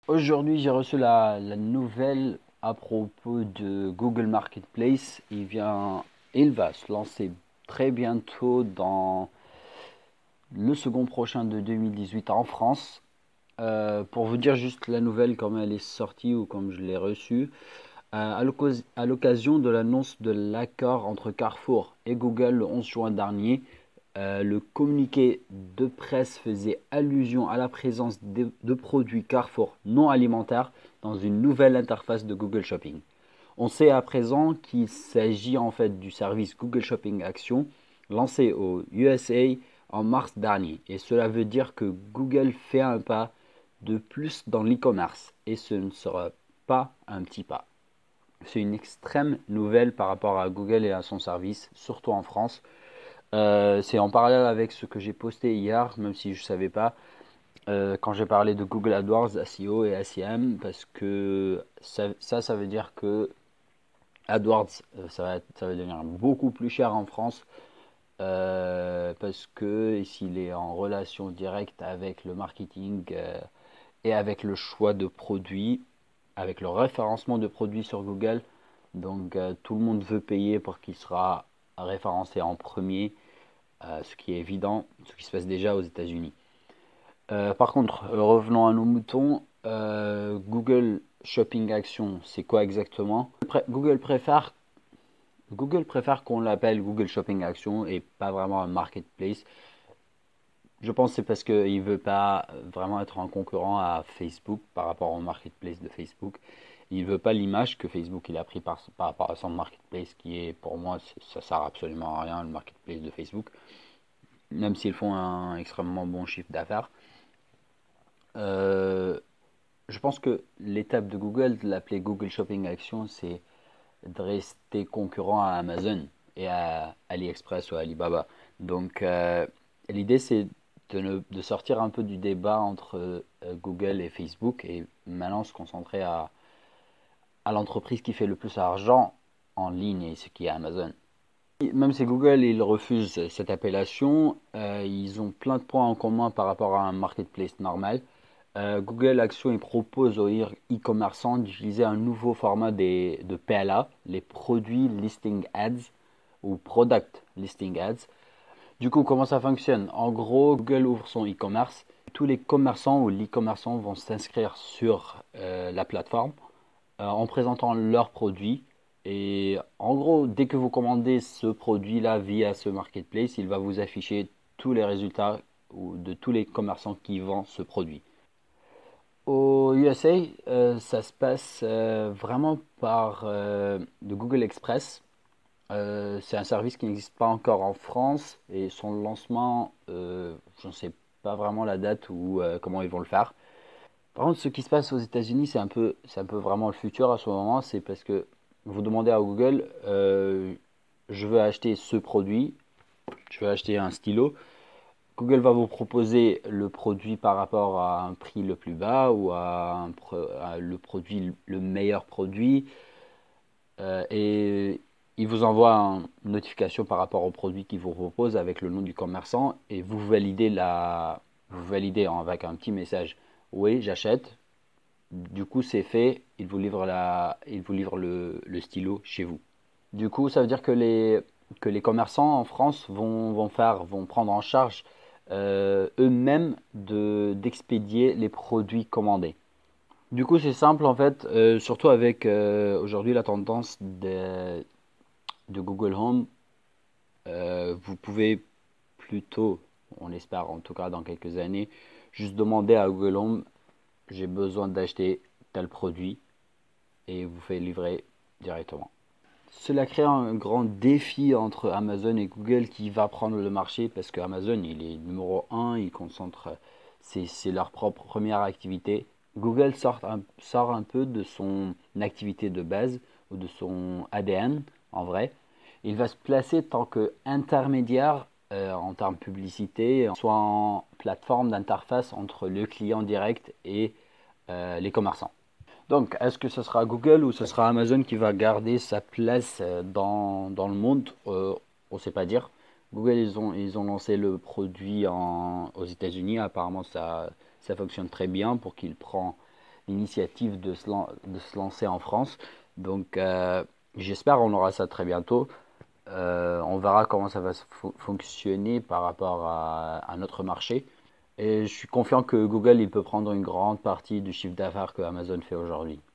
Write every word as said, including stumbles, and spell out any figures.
Aujourd'hui, j'ai reçu la, la nouvelle à propos de Google Marketplace. Il vient, il va se lancer très bientôt dans le second prochain de deux mille dix-huit en France. Euh, pour vous dire juste la nouvelle, comme elle est sortie ou comme je l'ai reçue, euh, à l'occas- à l'occasion de l'annonce de l'accord entre Carrefour et Google le onze juin dernier, euh, le communiqué de presse faisait allusion à la présence de, de produits Carrefour non alimentaires dans une nouvelle interface de Google Shopping. On sait à présent qu'il s'agit en fait du service Google Shopping Action lancé aux U S A en mars dernier. Et cela veut dire que Google fait un pas de plus dans l'e-commerce. Et ce ne sera pas un petit pas. C'est une extrême nouvelle par rapport à Google et à son service, surtout en France. Euh, c'est en parallèle avec ce que j'ai posté hier, même si je ne savais pas, euh, quand j'ai parlé de Google AdWords, S E O et S E M, parce que ça, ça, ça veut dire que AdWords, euh, ça va, ça va devenir beaucoup plus cher en France, euh, parce que s'il est en relation directe avec le marketing euh, et avec le choix de produits, avec le référencement de produits sur Google, donc euh, tout le monde veut payer pour qu'il sera référencé en premier, euh, ce qui est évident, ce qui se passe déjà aux États-Unis. Euh, par contre, euh, revenons à nos moutons. Euh, Google Shopping Action, c'est quoi exactement? Google préfère, Google préfère qu'on l'appelle Google Shopping Action et pas vraiment un marketplace. Je pense que c'est parce qu'il ne veut pas vraiment être un concurrent à Facebook par rapport au marketplace de Facebook. Il ne veut pas l'image que Facebook il a pris par, par rapport à son marketplace qui est pour moi ça sert absolument à rien le marketplace de Facebook, même s'ils font un extrêmement bon chiffre d'affaires. Euh, je pense que l'étape de Google, de l'appeler Google Shopping Action, c'est de rester concurrent à Amazon et à AliExpress ou à Alibaba. Donc euh, l'idée c'est de, ne- de sortir un peu du débat entre euh, Google et Facebook et maintenant se concentrer à, à l'entreprise qui fait le plus d'argent en ligne, et ce qui est Amazon. Même si Google il refuse cette appellation, euh, ils ont plein de points en commun par rapport à un marketplace normal. Euh, Google Action il propose aux e-commerçants d'utiliser un nouveau format des, de P L A, les Product Listing Ads ou Product Listing Ads. Du coup, comment ça fonctionne? En gros, Google ouvre son e-commerce. Tous les commerçants ou l'e-commerçants vont s'inscrire sur euh, la plateforme euh, en présentant leurs produits. Et en gros, dès que vous commandez ce produit-là via ce marketplace, il va vous afficher tous les résultats de tous les commerçants qui vendent ce produit. Aux U S A, euh, ça se passe euh, vraiment par euh, le Google Express. Euh, c'est un service qui n'existe pas encore en France et son lancement, euh, je ne sais pas vraiment la date ou euh, comment ils vont le faire. Par contre, ce qui se passe aux États-Unis, c'est un peu, c'est un peu vraiment le futur à ce moment. C'est parce que vous demandez à Google, euh, je veux acheter ce produit, je veux acheter un stylo. Google va vous proposer le produit par rapport à un prix le plus bas ou à, un à le produit le meilleur produit. Euh, et il vous envoie une notification par rapport au produit qu'il vous propose avec le nom du commerçant et vous validez la, vous validez avec un petit message. Oui, j'achète. Du coup, c'est fait. Il vous livre la, il vous livre le, le stylo chez vous. Du coup, ça veut dire que les, que les commerçants en France vont, vont faire, vont prendre en charge euh, eux-mêmes de, d'expédier les produits commandés. Du coup, c'est simple en fait, euh, surtout avec euh, aujourd'hui la tendance de, de Google Home. Euh, vous pouvez plutôt, on l'espère en tout cas dans quelques années, juste demander à Google Home, j'ai besoin d'acheter tel produit et vous fait livrer directement. Cela crée un grand défi entre Amazon et Google qui va prendre le marché parce que Amazon il est numéro un, il concentre, c'est, c'est leur propre première activité. Google sort un, sort un peu de son activité de base ou de son A D N en vrai. Il va se placer tant qu'intermédiaire euh, en termes de publicité, soit en plateforme d'interface entre le client direct et euh, les commerçants. Donc, est-ce que ce sera Google ou ce sera Amazon qui va garder sa place euh, dans, dans le monde? Euh, On ne sait pas dire. Google, ils ont, ils ont lancé le produit en, aux États-Unis. Apparemment, ça, ça fonctionne très bien pour qu'il prend l'initiative de, se lan- de se lancer en France. Donc, euh, j'espère qu'on aura ça très bientôt. Euh, on verra comment ça va se fo- fonctionner par rapport à, à notre marché. Et je suis confiant que Google il peut prendre une grande partie du chiffre d'affaires que Amazon fait aujourd'hui.